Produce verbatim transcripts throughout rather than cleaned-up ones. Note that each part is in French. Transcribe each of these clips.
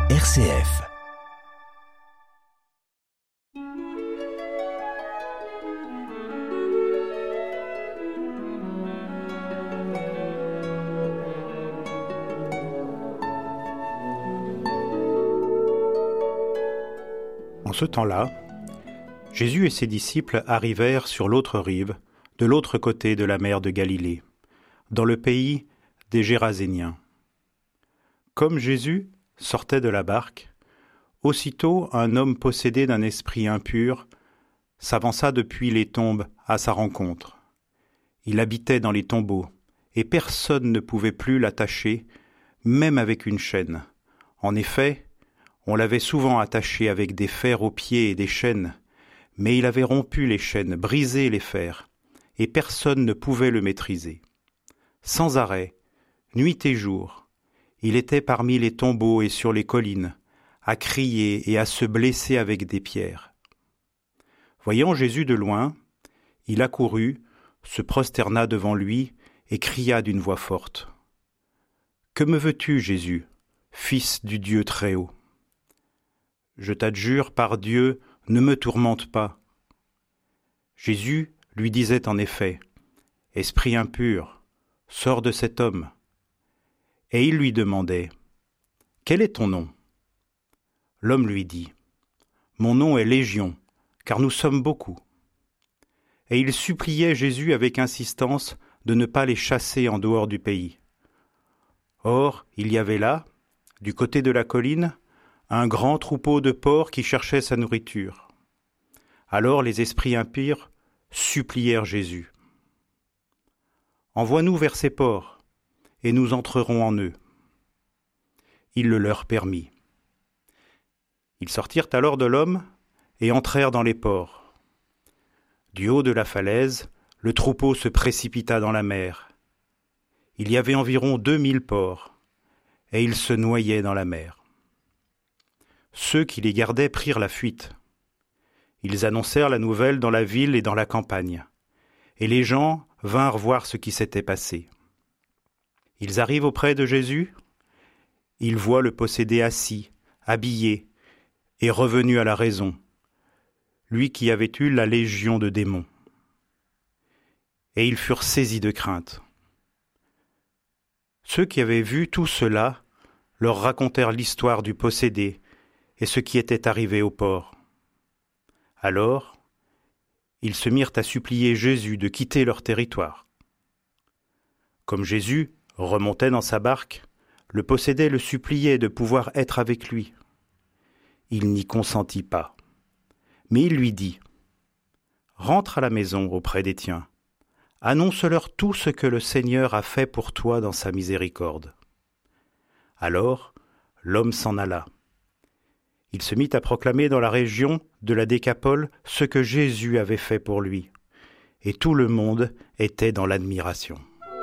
R C F. En ce temps-là, Jésus et ses disciples arrivèrent sur l'autre rive, de l'autre côté de la mer de Galilée, dans le pays des Géraséniens. Comme Jésus sortait de la barque, aussitôt un homme possédé d'un esprit impur s'avança depuis les tombes à sa rencontre. Il habitait dans les tombeaux, et personne ne pouvait plus l'attacher, même avec une chaîne. En effet, on l'avait souvent attaché avec des fers aux pieds et des chaînes, mais il avait rompu les chaînes, brisé les fers, et personne ne pouvait le maîtriser. Sans arrêt, nuit et jour, il était parmi les tombeaux et sur les collines, à crier et à se blesser avec des pierres. Voyant Jésus de loin, il accourut, se prosterna devant lui et cria d'une voix forte. « Que me veux-tu, Jésus, fils du Dieu Très-Haut ? Je t'adjure par Dieu, ne me tourmente pas. » Jésus lui disait en effet, « Esprit impur, sors de cet homme. » Et il lui demandait, « Quel est ton nom ?» L'homme lui dit, « Mon nom est Légion, car nous sommes beaucoup. » Et il suppliait Jésus avec insistance de ne pas les chasser en dehors du pays. Or, il y avait là, du côté de la colline, un grand troupeau de porcs qui cherchait sa nourriture. Alors les esprits impurs supplièrent Jésus. « Envoie-nous vers ces porcs, et nous entrerons en eux. » Il le leur permit. Ils sortirent alors de l'homme et entrèrent dans les porcs. Du haut de la falaise, le troupeau se précipita dans la mer. Il y avait environ deux mille porcs, et ils se noyaient dans la mer. Ceux qui les gardaient prirent la fuite. Ils annoncèrent la nouvelle dans la ville et dans la campagne, et les gens vinrent voir ce qui s'était passé. Ils arrivent auprès de Jésus, ils voient le possédé assis, habillé, et revenu à la raison, lui qui avait eu la légion de démons. Et ils furent saisis de crainte. Ceux qui avaient vu tout cela leur racontèrent l'histoire du possédé et ce qui était arrivé au porc. Alors, ils se mirent à supplier Jésus de quitter leur territoire. Comme Jésus remontait dans sa barque, le possédé le suppliait de pouvoir être avec lui. Il n'y consentit pas, mais il lui dit « Rentre à la maison auprès des tiens, annonce-leur tout ce que le Seigneur a fait pour toi dans sa miséricorde. » Alors, l'homme s'en alla. Il se mit à proclamer dans la région de la Décapole ce que Jésus avait fait pour lui, et tout le monde était dans l'admiration.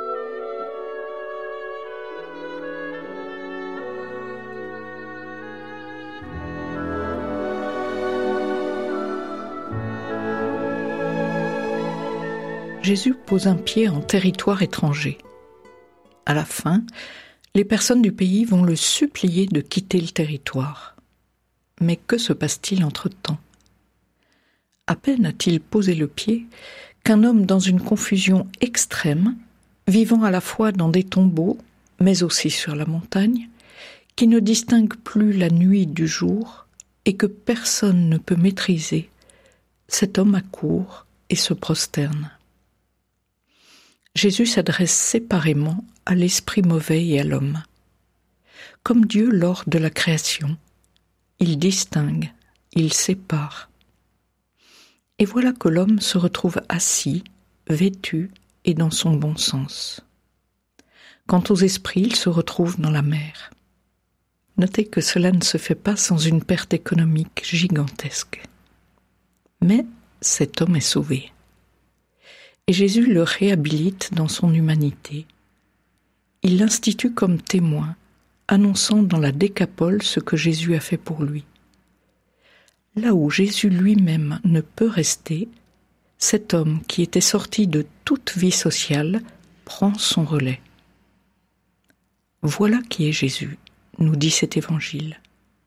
Jésus pose un pied en territoire étranger. À la fin, les personnes du pays vont le supplier de quitter le territoire. Mais que se passe-t-il entre-temps ? À peine a-t-il posé le pied qu'un homme dans une confusion extrême, vivant à la fois dans des tombeaux, mais aussi sur la montagne, qui ne distingue plus la nuit du jour et que personne ne peut maîtriser, cet homme accourt et se prosterne. Jésus s'adresse séparément à l'esprit mauvais et à l'homme. Comme Dieu lors de la création, il distingue, il sépare. Et voilà que l'homme se retrouve assis, vêtu et dans son bon sens. Quant aux esprits, ils se retrouvent dans la mer. Notez que cela ne se fait pas sans une perte économique gigantesque. Mais cet homme est sauvé. Et Jésus le réhabilite dans son humanité. Il l'institue comme témoin, annonçant dans la Décapole ce que Jésus a fait pour lui. Là où Jésus lui-même ne peut rester, cet homme qui était sorti de toute vie sociale prend son relais. Voilà qui est Jésus, nous dit cet évangile.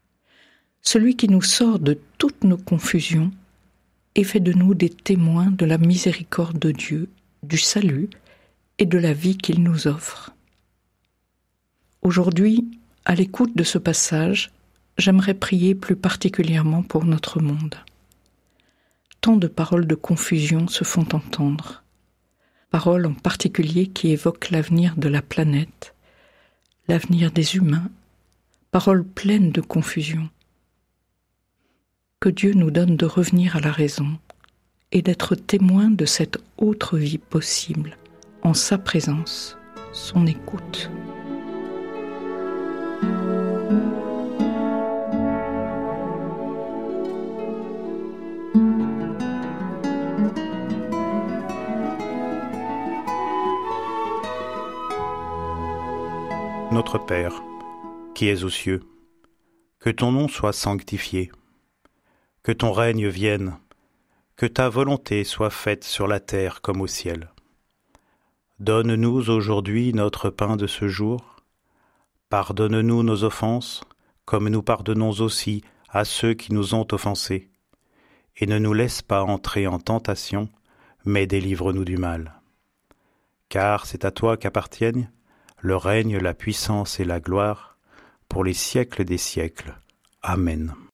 celui qui nous sort de toutes nos confusions et fait de nous des témoins de la miséricorde de Dieu, du salut et de la vie qu'il nous offre. Aujourd'hui, à l'écoute de ce passage, j'aimerais prier plus particulièrement pour notre monde. Tant de paroles de confusion se font entendre, paroles en particulier qui évoquent l'avenir de la planète, l'avenir des humains, paroles pleines de confusion. Que Dieu nous donne de revenir à la raison et d'être témoins de cette autre vie possible, en sa présence, son écoute. Notre Père, qui es aux cieux, que ton nom soit sanctifié, que ton règne vienne, que ta volonté soit faite sur la terre comme au ciel. Donne-nous aujourd'hui notre pain de ce jour. Pardonne-nous nos offenses, comme nous pardonnons aussi à ceux qui nous ont offensés. Et ne nous laisse pas entrer en tentation, mais délivre-nous du mal. Car c'est à toi qu'appartiennent le règne, la puissance et la gloire, pour les siècles des siècles. Amen.